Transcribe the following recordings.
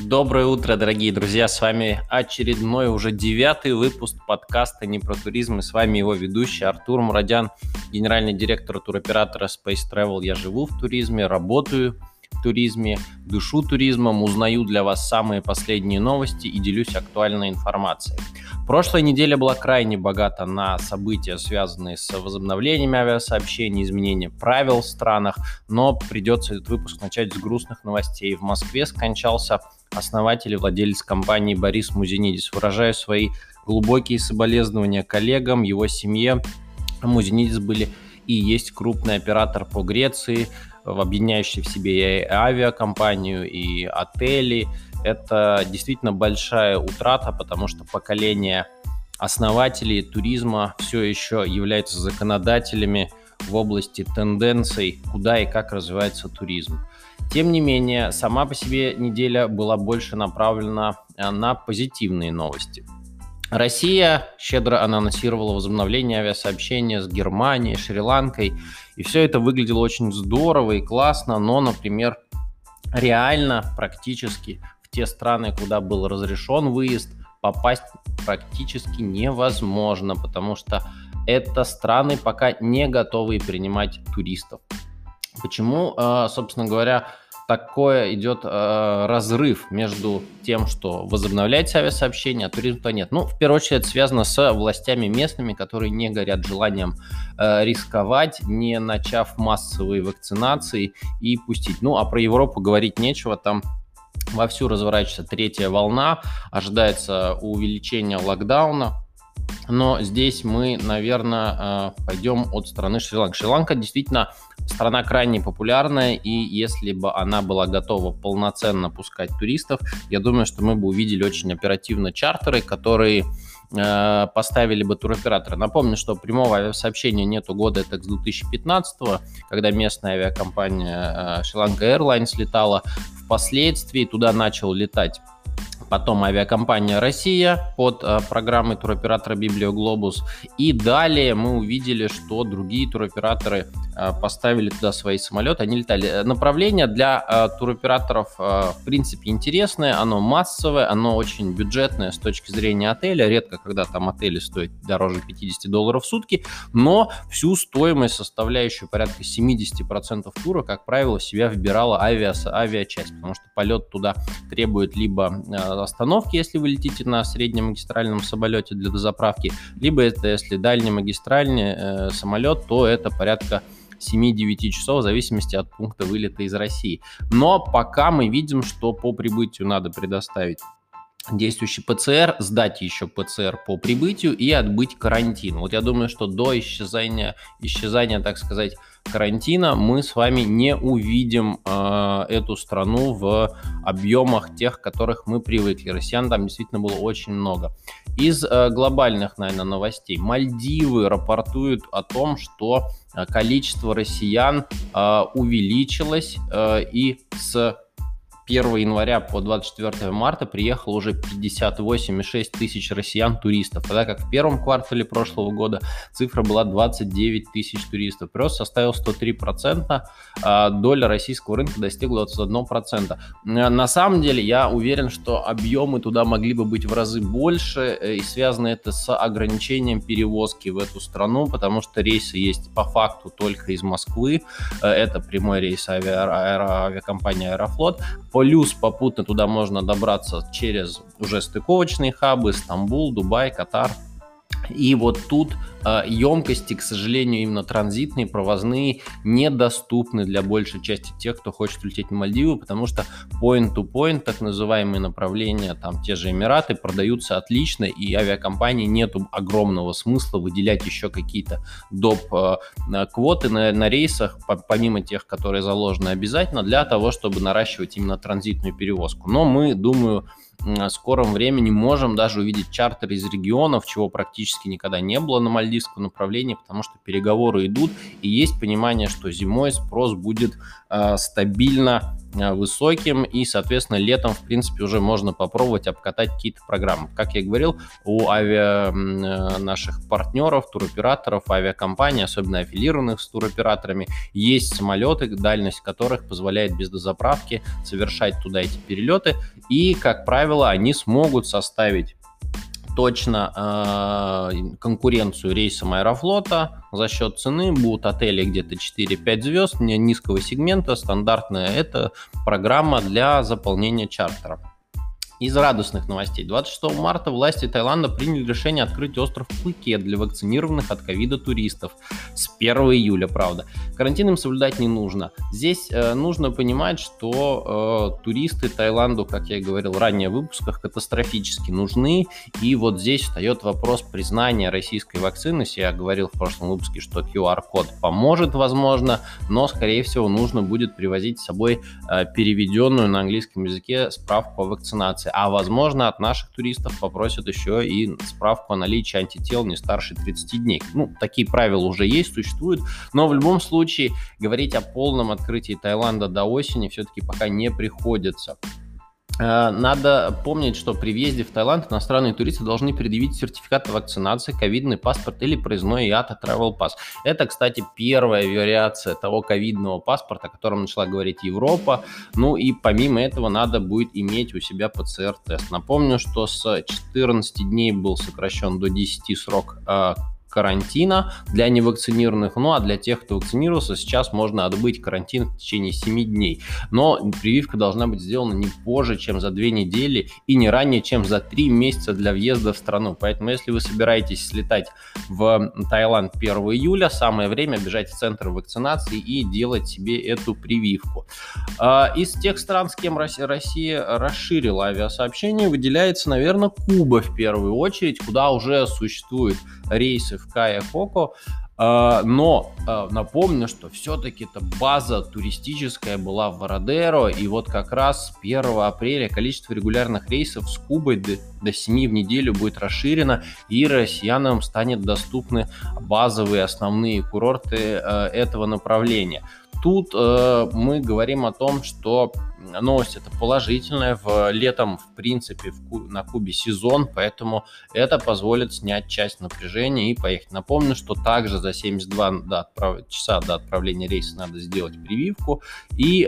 Доброе утро, дорогие друзья! С вами очередной, уже 9-й выпуск подкаста «Не про туризм». И с вами его ведущий Артур Мурадян, генеральный директор туроператора Space Travel. Я живу в туризме, работаю в туризме, дышу туризмом, узнаю для вас самые последние новости и делюсь актуальной информацией. Прошлая неделя была крайне богата на события, связанные с возобновлением авиасообщений, изменением правил в странах, но придется этот выпуск начать с грустных новостей. В Москве скончался основатель и владелец компании Борис Музенидис. Выражаю свои глубокие соболезнования коллегам, его семье. Музенидис были и есть крупный оператор по Греции, объединяющий в себе и авиакомпанию, и отели. Это действительно большая утрата, потому что поколение основателей туризма все еще является законодателями в области тенденций, куда и как развивается туризм. Тем не менее, сама по себе неделя была больше направлена на позитивные новости. Россия щедро анонсировала возобновление авиасообщения с Германией, Шри-Ланкой, и все это выглядело очень здорово и классно, но, например, реально, практически в те страны, куда был разрешен выезд, попасть практически невозможно, потому что это страны пока не готовы принимать туристов. Почему, собственно говоря, такое идет разрыв между тем, что возобновляется авиасообщение, а туризма нет? Ну, в первую очередь, это связано с властями местными, которые не горят желанием рисковать, не начав массовые вакцинации и пустить. Ну, а про Европу говорить нечего, там вовсю разворачивается третья волна, ожидается увеличение локдауна. Но здесь мы, наверное, пойдем от страны Шри-Ланки. Шри-Ланка действительно страна крайне популярная, и если бы она была готова полноценно пускать туристов, я думаю, что мы бы увидели очень оперативно чартеры, которые поставили бы туроператоры. Напомню, что прямого авиасообщения нету года, это с 2015-го, когда местная авиакомпания Sri Lanka Airlines летала. Впоследствии туда начал летать потом авиакомпания «Россия» под программой туроператора «Библиоглобус». И далее мы увидели, что другие туроператоры поставили туда свои самолеты, они летали. Направление для туроператоров в принципе интересное, оно массовое, оно очень бюджетное с точки зрения отеля. Редко, когда там отели стоят дороже $50 в сутки, но всю стоимость, составляющую порядка 70% тура, как правило, в себя вбирала авиачасть, потому что полет туда требует либо остановки, если вы летите на среднемагистральном самолете для дозаправки, либо это, если дальнемагистральный самолет, то это порядка 7-9 часов в зависимости от пункта вылета из России. Но пока мы видим, что по прибытию надо предоставить действующий ПЦР, сдать еще ПЦР по прибытию и отбыть карантин. Вот я думаю, что до исчезания, так сказать, карантина мы с вами не увидим эту страну в объемах тех, к которых мы привыкли. Россиян там действительно было очень много. Из глобальных, наверное, новостей. Мальдивы рапортуют о том, что количество россиян увеличилось, и с 1 января по 24 марта приехало уже 58,6 тысяч россиян-туристов, тогда как в первом квартале прошлого года цифра была 29 тысяч туристов. Прирост составил 103%, доля российского рынка достигла 21%. На самом деле я уверен, что объемы туда могли бы быть в разы больше, и связано это с ограничением перевозки в эту страну, потому что рейсы есть по факту только из Москвы, это прямой рейс авиакомпании «Аэрофлот». Плюс попутно туда можно добраться через уже стыковочные хабы: Стамбул, Дубай, Катар. И вот тут емкости, к сожалению, именно транзитные, провозные, недоступны для большей части тех, кто хочет улететь на Мальдивы, потому что point-to-point, так называемые направления, там те же Эмираты, продаются отлично, и авиакомпании нету огромного смысла выделять еще какие-то доп. Квоты на рейсах, помимо тех, которые заложены обязательно, для того, чтобы наращивать именно транзитную перевозку. Но мы, думаю, в скором времени можем даже увидеть чартеры из регионов, чего практически никогда не было на мальдивском направлении, потому что переговоры идут, и есть понимание, что зимой спрос будет стабильно высоким, и, соответственно, летом, в принципе, уже можно попробовать обкатать какие-то программы. Как я и говорил, у наших партнеров, туроператоров, авиакомпаний, особенно аффилированных с туроператорами, есть самолеты, дальность которых позволяет без дозаправки совершать туда эти перелеты, и, как правило, они смогут составить точно конкуренцию рейсам Аэрофлота за счет цены. Будут отели где-то 4-5 звезд, низкого сегмента, стандартная это программа для заполнения чартера. Из радостных новостей. 26 марта власти Таиланда приняли решение открыть остров Пхукет для вакцинированных от ковида туристов. С 1 июля, правда. Карантин им соблюдать не нужно. Здесь нужно понимать, что туристы Таиланду, как я и говорил ранее в выпусках, катастрофически нужны. И вот здесь встает вопрос признания российской вакцины. Я говорил в прошлом выпуске, что QR-код поможет, возможно, но, скорее всего, нужно будет привозить с собой переведенную на английском языке справку о вакцинации. А возможно, от наших туристов попросят еще и справку о наличии антител не старше 30 дней. Такие правила уже есть, существуют, но в любом случае говорить о полном открытии Таиланда до осени все-таки пока не приходится. Надо помнить, что при въезде в Таиланд иностранные туристы должны предъявить сертификат о вакцинации, ковидный паспорт или проездной IATA Travel Pass. Это, кстати, первая вариация того ковидного паспорта, о котором начала говорить Европа. И помимо этого надо будет иметь у себя ПЦР-тест. Напомню, что с 14 дней был сокращен до 10 срок карантина для невакцинированных, а для тех, кто вакцинировался, сейчас можно отбыть карантин в течение 7 дней. Но прививка должна быть сделана не позже, чем за 2 недели и не ранее, чем за 3 месяца для въезда в страну. Поэтому, если вы собираетесь слетать в Таиланд 1 июля, самое время бежать в центр вакцинации и делать себе эту прививку. Из тех стран, с кем Россия расширила авиасообщение, выделяется, наверное, Куба в первую очередь, куда уже существуют рейсы в Кая-Коко, но напомню, что все-таки эта база туристическая была в Вородеро, и вот как раз с 1 апреля количество регулярных рейсов с Кубой до 7 в неделю будет расширено, и россиянам станет доступны базовые основные курорты этого направления. Тут мы говорим о том, что новость это положительная. Летом, в принципе, на Кубе сезон, поэтому это позволит снять часть напряжения и поехать. Напомню, что также за 72 часа до отправления рейса надо сделать прививку. И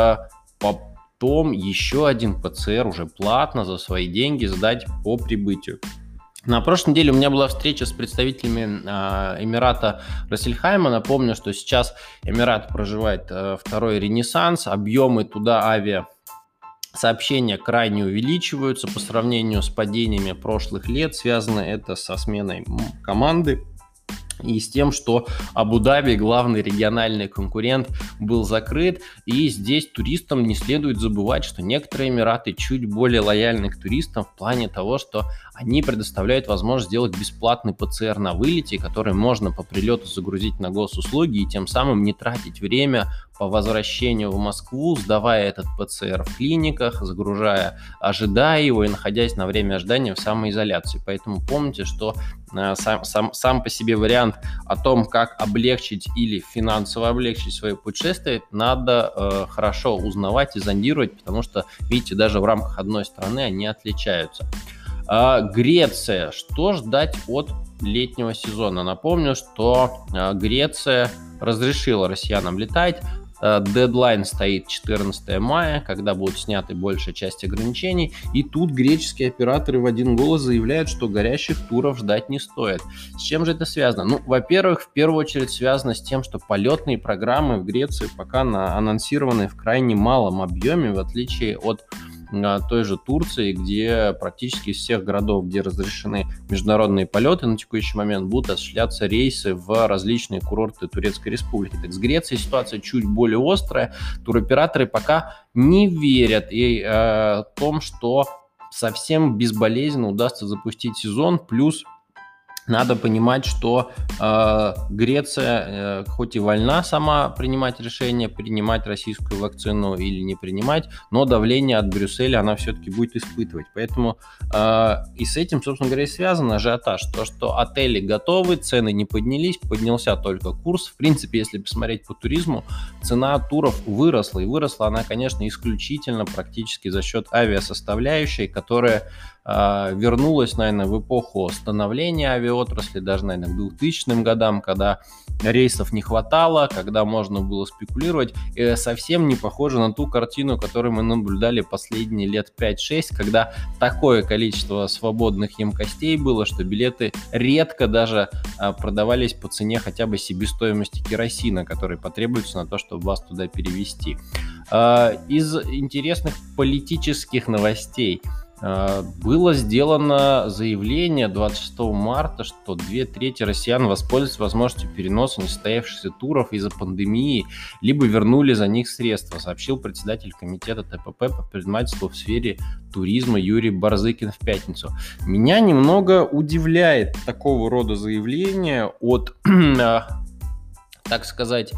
потом еще один ПЦР уже платно за свои деньги сдать по прибытию. На прошлой неделе у меня была встреча с представителями Эмирата Рассельхайма. Напомню, что сейчас Эмират проживает второй ренессанс. Объемы туда авиасообщения крайне увеличиваются по сравнению с падениями прошлых лет. Связано это со сменой команды и с тем, что Абу-Даби, главный региональный конкурент, был закрыт. И здесь туристам не следует забывать, что некоторые Эмираты чуть более лояльны к туристам в плане того, что они предоставляют возможность сделать бесплатный ПЦР на вылете, который можно по прилету загрузить на госуслуги и тем самым не тратить время по возвращению в Москву, сдавая этот ПЦР в клиниках, загружая, ожидая его и находясь на время ожидания в самоизоляции. Поэтому помните, что сам по себе вариант о том, как облегчить или финансово облегчить свое путешествие, надо хорошо узнавать и зондировать, потому что, видите, даже в рамках одной страны они отличаются. Греция. Что ждать от летнего сезона? Напомню, что Греция разрешила россиянам летать. Дедлайн стоит 14 мая, когда будут сняты большая часть ограничений. И тут греческие операторы в один голос заявляют, что горящих туров ждать не стоит. С чем же это связано? Во-первых, в первую очередь связано с тем, что полетные программы в Греции пока анонсированы в крайне малом объеме, в отличие от той же Турции, где практически из всех городов, где разрешены международные полеты на текущий момент, будут осуществляться рейсы в различные курорты Турецкой Республики. Так с Грецией ситуация чуть более острая. Туроператоры пока не верят в том, что совсем безболезненно удастся запустить сезон, плюс Надо понимать, что Греция хоть и вольна сама принимать решение, принимать российскую вакцину или не принимать, но давление от Брюсселя она все-таки будет испытывать. Поэтому и с этим, собственно говоря, и связан ажиотаж. То, что отели готовы, цены не поднялись, поднялся только курс. В принципе, если посмотреть по туризму, цена туров выросла. И выросла она, конечно, исключительно практически за счет авиасоставляющей, которая вернулась, наверное, в эпоху становления авиаотрасли, даже, наверное, к 2000 годам, когда рейсов не хватало, когда можно было спекулировать. И совсем не похоже на ту картину, которую мы наблюдали последние лет 5-6, когда такое количество свободных емкостей было, что билеты редко даже продавались по цене хотя бы себестоимости керосина, который потребуется на то, чтобы вас туда перевести. Из интересных политических новостей. Было сделано заявление 26 марта, что 2/3 россиян воспользуются возможностью переноса несостоявшихся туров из-за пандемии, либо вернули за них средства, сообщил председатель комитета ТПП по предпринимательству в сфере туризма Юрий Барзыкин в пятницу. Меня немного удивляет такого рода заявление от, так сказать,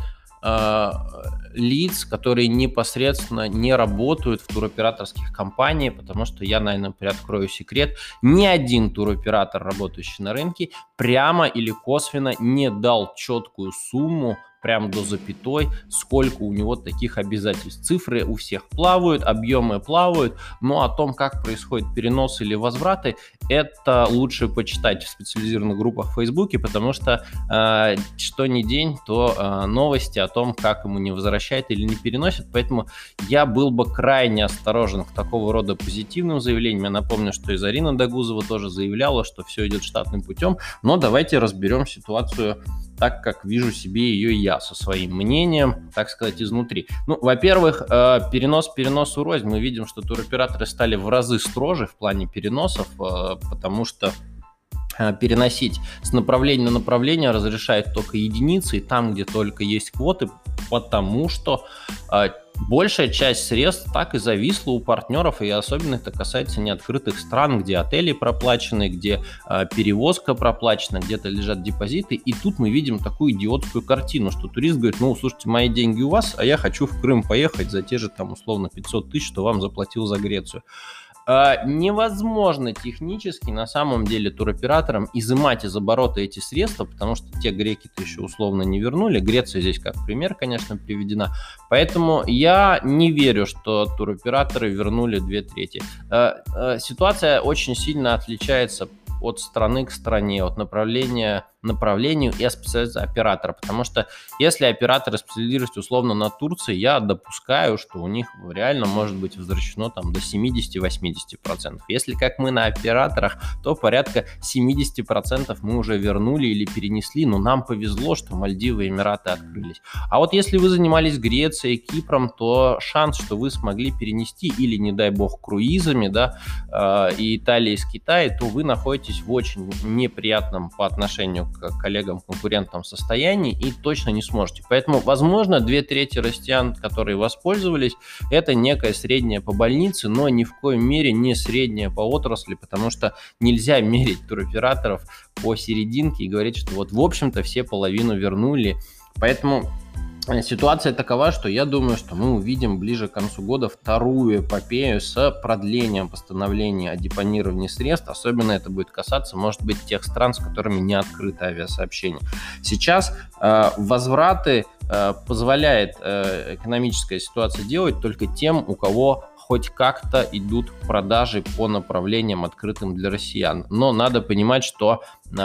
лиц, которые непосредственно не работают в туроператорских компаниях, потому что я, наверное, приоткрою секрет, ни один туроператор, работающий на рынке, прямо или косвенно не дал четкую сумму, прям до запятой, сколько у него таких обязательств. Цифры у всех плавают, объемы плавают, но о том, как происходит перенос или возвраты, это лучше почитать в специализированных группах в Фейсбуке, потому что что ни день, то новости о том, как ему не возвращают или не переносят, поэтому я был бы крайне осторожен к такого рода позитивным заявлениям. Я напомню, что и Зарина Дагузова тоже заявляла, что все идет штатным путем, но давайте разберем ситуацию так, как вижу себе ее я, со своим мнением, так сказать, изнутри. Ну, во-первых, перенос рознь. Мы видим, что туроператоры стали в разы строже в плане переносов, потому что переносить с направления на направление разрешает только единицы, и там, где только есть квоты, потому что большая часть средств так и зависла у партнеров, и особенно это касается неоткрытых стран, где отели проплачены, где перевозка проплачена, где-то лежат депозиты, и тут мы видим такую идиотскую картину, что турист говорит: ну, слушайте, мои деньги у вас, а я хочу в Крым поехать за те же, там, условно, 500 тысяч, что вам заплатил за Грецию. Невозможно технически на самом деле туроператорам изымать из оборота эти средства, потому что те греки-то еще условно не вернули. Греция здесь как пример, конечно, приведена. Поэтому я не верю, что туроператоры вернули 2/3. Ситуация очень сильно отличается от страны к стране, от направлению и от специализации оператора. Потому что если операторы специализируются условно на Турции, я допускаю, что у них реально может быть возвращено там до 70-80%. Если как мы на операторах, то порядка 70% мы уже вернули или перенесли, но нам повезло, что Мальдивы и Эмираты открылись. А вот если вы занимались Грецией, Кипром, то шанс, что вы смогли перенести или, не дай бог, круизами, да, и Италией с Китая, то вы находитесь в очень неприятном по отношению к коллегам, конкурентам состоянии и точно не сможете. Поэтому, возможно, 2/3 россиян, которые воспользовались, это некое среднее по больнице, но ни в коем мере не среднее по отрасли, потому что нельзя мерить туроператоров по серединке и говорить, что вот в общем-то все половину вернули. Поэтому ситуация такова, что я думаю, что мы увидим ближе к концу года вторую эпопею с продлением постановления о депонировании средств. Особенно это будет касаться, может быть, тех стран, с которыми не открыто авиасообщение. Сейчас возвраты позволяет экономическая ситуация делать только тем, у кого хоть как-то идут продажи по направлениям, открытым для россиян. Но надо понимать, что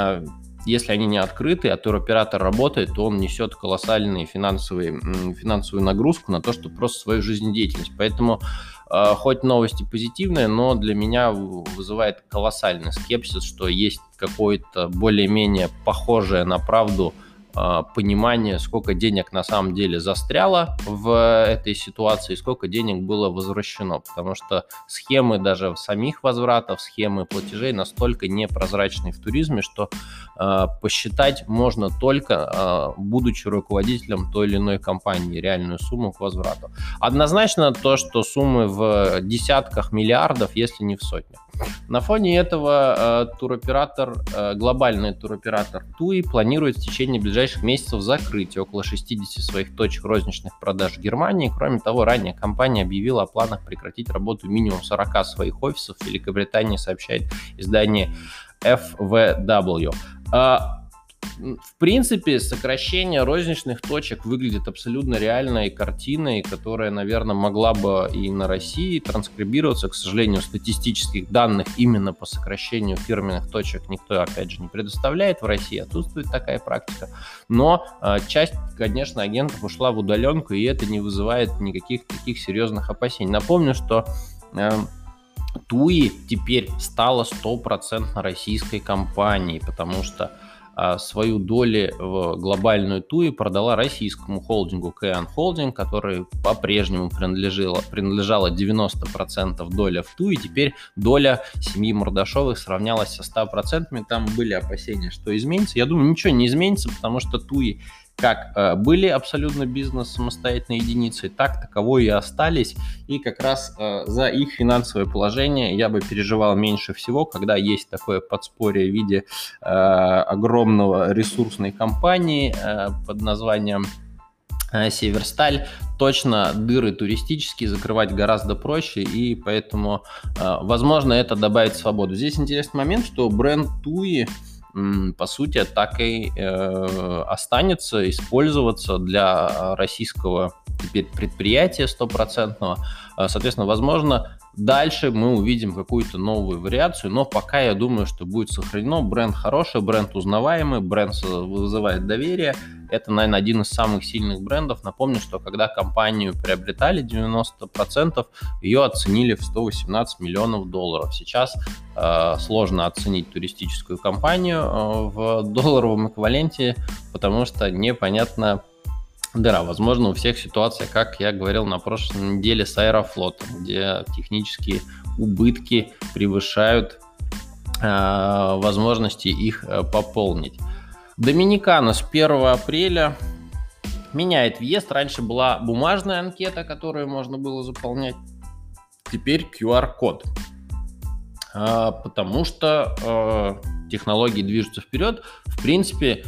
если они не открыты, а туроператор работает, то он несет колоссальную финансовую нагрузку на то, чтобы просто свою жизнедеятельность. Поэтому хоть новости позитивные, но для меня вызывает колоссальный скепсис, что есть какое-то более-менее похожее на правду понимание, сколько денег на самом деле застряло в этой ситуации, сколько денег было возвращено, потому что схемы даже самих возвратов, схемы платежей настолько непрозрачны в туризме, что посчитать можно только будучи руководителем той или иной компании реальную сумму к возврату. Однозначно то, что суммы в десятках миллиардов, если не в сотнях. На фоне этого глобальный туроператор TUI планирует в течение ближайших месяцев закрыть около 60 своих точек розничных продаж в Германии. Кроме того, ранее компания объявила о планах прекратить работу минимум 40 своих офисов в Великобритании, сообщает издание FVW. В принципе, сокращение розничных точек выглядит абсолютно реальной картиной, которая, наверное, могла бы и на России транскрибироваться. К сожалению, статистических данных именно по сокращению фирменных точек никто, опять же, не предоставляет. В России отсутствует такая практика. Но часть, конечно, агентов ушла в удаленку, и это не вызывает никаких таких серьезных опасений. Напомню, что TUI теперь стала 100% российской компанией, потому что свою долю в глобальную TUI продала российскому холдингу КН Холдинг, который по-прежнему принадлежала 90% доля в TUI. Теперь доля семьи Мордашовых сравнялась со 100%. Там были опасения, что изменится. Я думаю, ничего не изменится, потому что TUI как были абсолютно бизнес самостоятельной единицей, так таковой и остались. И как раз за их финансовое положение я бы переживал меньше всего, когда есть такое подспорье в виде огромного ресурсной компании под названием Северсталь. Точно дыры туристические закрывать гораздо проще, и поэтому, возможно, это добавит свободу. Здесь интересный момент, что бренд TUI по сути, так и останется использоваться для российского теперь предприятия стопроцентного. Соответственно, возможно, дальше мы увидим какую-то новую вариацию, но пока я думаю, что будет сохранено. Бренд хороший, бренд узнаваемый, бренд вызывает доверие. Это, наверное, один из самых сильных брендов. Напомню, что когда компанию приобретали 90%, ее оценили в 118 миллионов долларов. Сейчас сложно оценить туристическую компанию в долларовом эквиваленте, потому что непонятно дыра. Возможно, у всех ситуация, как я говорил на прошлой неделе с Аэрофлотом, где технические убытки превышают возможности их пополнить. Доминикана с 1 апреля меняет въезд. Раньше была бумажная анкета, которую можно было заполнять. Теперь QR-код. Потому что технологии движутся вперед. В принципе,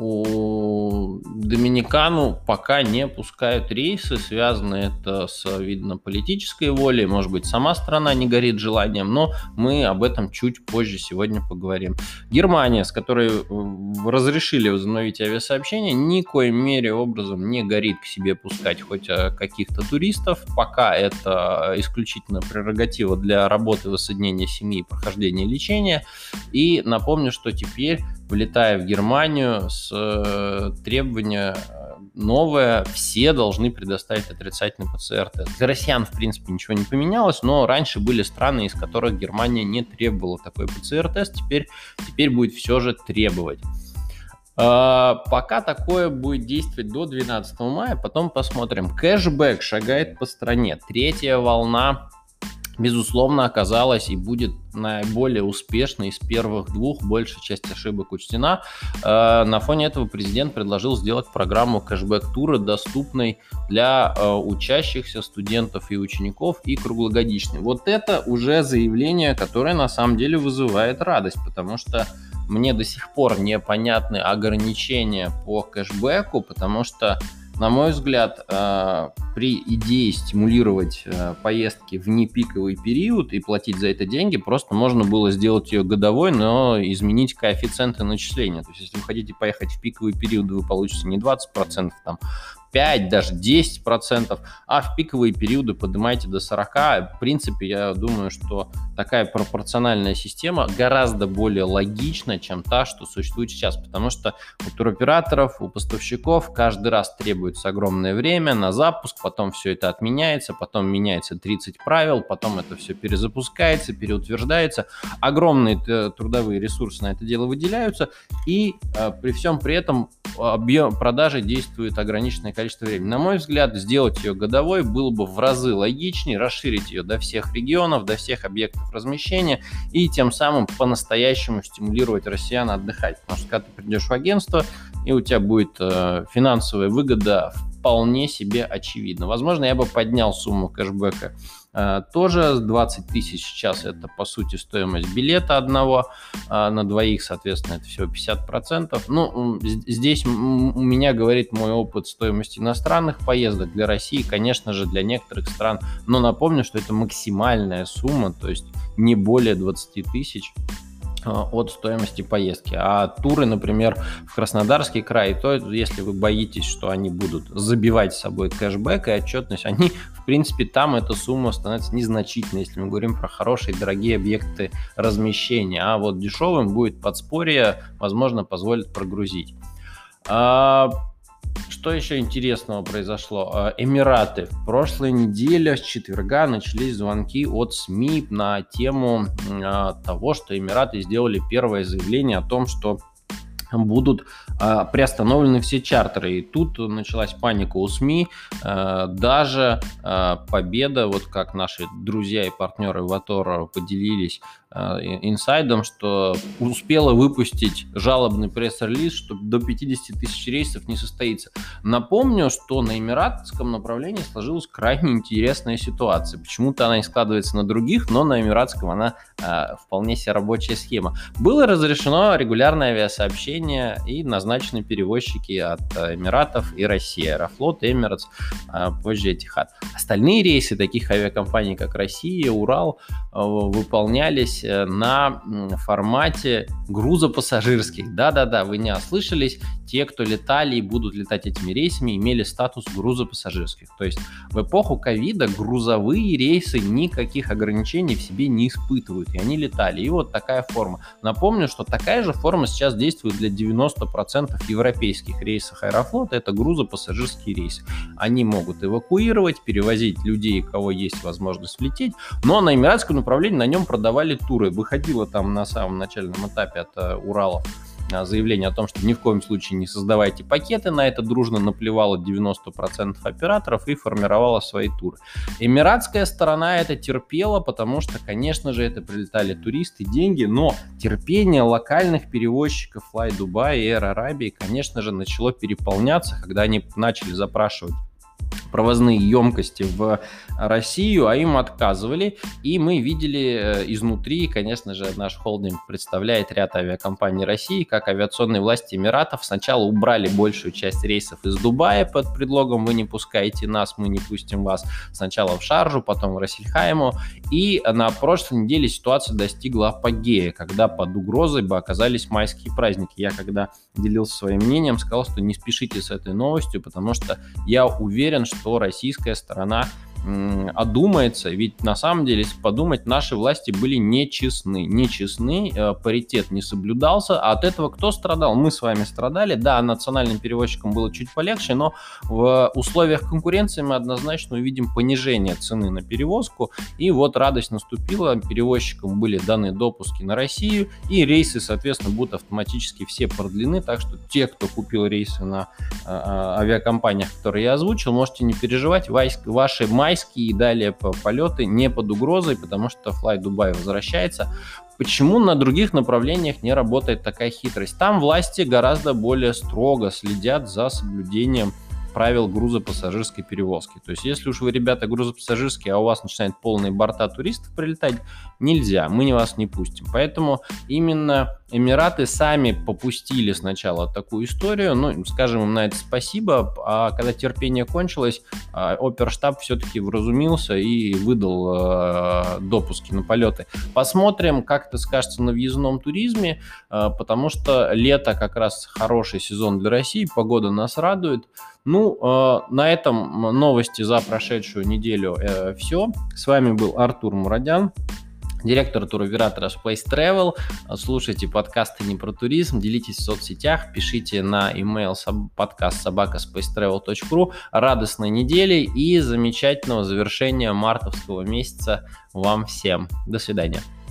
у Доминикану пока не пускают рейсы, связано это с, видно, политической волей, может быть, сама страна не горит желанием, но мы об этом чуть позже сегодня поговорим. Германия, с которой разрешили возобновить авиасообщение, никоим мере образом не горит к себе пускать хоть каких-то туристов, пока это исключительно прерогатива для работы, воссоединения семьи и прохождения лечения. И напомню, что теперь, влетая в Германию, с требования новое, все должны предоставить отрицательный ПЦР-тест. Для россиян, в принципе, ничего не поменялось, но раньше были страны, из которых Германия не требовала такой ПЦР-тест, теперь будет все же требовать. Пока такое будет действовать до 12 мая, потом посмотрим. Кэшбэк шагает по стране. Третья волна, безусловно, оказалась и будет наиболее успешной из первых двух. Большая часть ошибок учтена. На фоне этого президент предложил сделать программу кэшбэк-тура доступной для учащихся, студентов и учеников, и круглогодичной. Вот это уже заявление, которое на самом деле вызывает радость, потому что мне до сих пор непонятны ограничения по кэшбэку, потому что, на мой взгляд, при идее стимулировать поездки в непиковый период и платить за это деньги, просто можно было сделать ее годовой, но изменить коэффициенты начисления. То есть, если вы хотите поехать в пиковый период, вы получите не 20%, там 5, даже 10%, а в пиковые периоды поднимайте до 40%. В принципе, я думаю, что такая пропорциональная система гораздо более логична, чем та, что существует сейчас, потому что у туроператоров, у поставщиков каждый раз требуется огромное время на запуск, потом все это отменяется, потом меняется 30 правил, потом это все перезапускается, переутверждается, огромные трудовые ресурсы на это дело выделяются, и при всем при этом объем продажи действует ограниченное количество времени. На мой взгляд, сделать ее годовой было бы в разы логичнее, расширить ее до всех регионов, до всех объектов размещения и тем самым по-настоящему стимулировать россиян отдыхать. Потому что когда ты придешь в агентство, и у тебя будет финансовая выгода вполне себе очевидно. Возможно, я бы поднял сумму кэшбэка тоже. 20 тысяч сейчас это, по сути, стоимость билета одного, на двоих, соответственно, это всего 50%. Ну, здесь у меня говорит мой опыт стоимости иностранных поездок. Для России, конечно же, для некоторых стран, но напомню, что это максимальная сумма, то есть не более 20 тысяч от стоимости поездки. А туры, например, в Краснодарский край, то если вы боитесь, что они будут забивать с собой кэшбэк и отчетность, они, в принципе, там эта сумма становится незначительной, если мы говорим про хорошие, дорогие объекты размещения. А вот дешевым будет подспорье, возможно, позволит прогрузить. Что еще интересного произошло? Эмираты. В прошлой неделе, с четверга, начались звонки от СМИ на тему того, что Эмираты сделали первое заявление о том, что будут приостановлены все чартеры. И тут началась паника у СМИ. Даже Победа, вот как наши друзья и партнеры Ватора поделились инсайдом, что успела выпустить жалобный пресс-релиз, что до 50 тысяч рейсов не состоится. Напомню, что на эмиратском направлении сложилась крайне интересная ситуация. Почему-то она не складывается на других, но на эмиратском она вполне себе рабочая схема. Было разрешено регулярное авиасообщение и назначены перевозчики от Эмиратов и России. Аэрофлот, Эмиратс, позже Этихад. Остальные рейсы таких авиакомпаний, как Россия, Урал, выполнялись на формате грузопассажирских. Да-да-да, вы не ослышались. Те, кто летали и будут летать этими рейсами, имели статус грузопассажирских. То есть в эпоху ковида грузовые рейсы никаких ограничений в себе не испытывают, и они летали. И вот такая форма. Напомню, что такая же форма сейчас действует для 90% европейских рейсов Аэрофлота. Это грузопассажирские рейсы. Они могут эвакуировать, перевозить людей, у кого есть возможность влететь, но на эмиратском направлении на нем продавали туры. Выходило там на самом начальном этапе от Урала заявление о том, что ни в коем случае не создавайте пакеты. На это дружно наплевало 90% операторов и формировало свои туры. Эмиратская сторона это терпела, потому что, конечно же, это прилетали туристы, деньги, но терпение локальных перевозчиков Fly Dubai и Air Arabia, конечно же, начало переполняться, когда они начали запрашивать провозные емкости в Россию, а им отказывали, и мы видели изнутри, конечно же, наш холдинг представляет ряд авиакомпаний России, как авиационные власти Эмиратов сначала убрали большую часть рейсов из Дубая под предлогом «вы не пускаете нас, мы не пустим вас», сначала в Шарджу, потом в Рассельхайму, и на прошлой неделе ситуация достигла апогея, когда под угрозой бы оказались майские праздники. Я когда делился своим мнением, сказал, что не спешите с этой новостью, потому что я уверен, что российская сторона одумается, ведь на самом деле, если подумать, наши власти были нечестны, паритет не соблюдался, а от этого кто страдал? Мы с вами страдали, да, национальным перевозчикам было чуть полегче, но в условиях конкуренции мы однозначно увидим понижение цены на перевозку, и вот радость наступила, перевозчикам были даны допуски на Россию, и рейсы, соответственно, будут автоматически все продлены, так что те, кто купил рейсы на авиакомпаниях, которые я озвучил, можете не переживать, ваши майские и далее полеты не под угрозой, потому что Fly Dubai возвращается. Почему на других направлениях не работает такая хитрость? Там власти гораздо более строго следят за соблюдением правил грузопассажирской перевозки. То есть, если уж вы, ребята, грузопассажирские, а у вас начинают полные борта туристов прилетать, нельзя, мы вас не пустим. Поэтому именно Эмираты сами попустили сначала такую историю, ну, скажем им на это спасибо, а когда терпение кончилось, оперштаб все-таки вразумился и выдал допуски на полеты. Посмотрим, как это скажется на въездном туризме, потому что лето как раз хороший сезон для России, погода нас радует. Ну, на этом новости за прошедшую неделю все. С вами был Артур Мурадян, директор туроператора Space Travel. Слушайте подкасты не про туризм, делитесь в соцсетях, пишите на email podcast@spacetravel.ru. Радостной недели и замечательного завершения мартовского месяца вам всем. До свидания.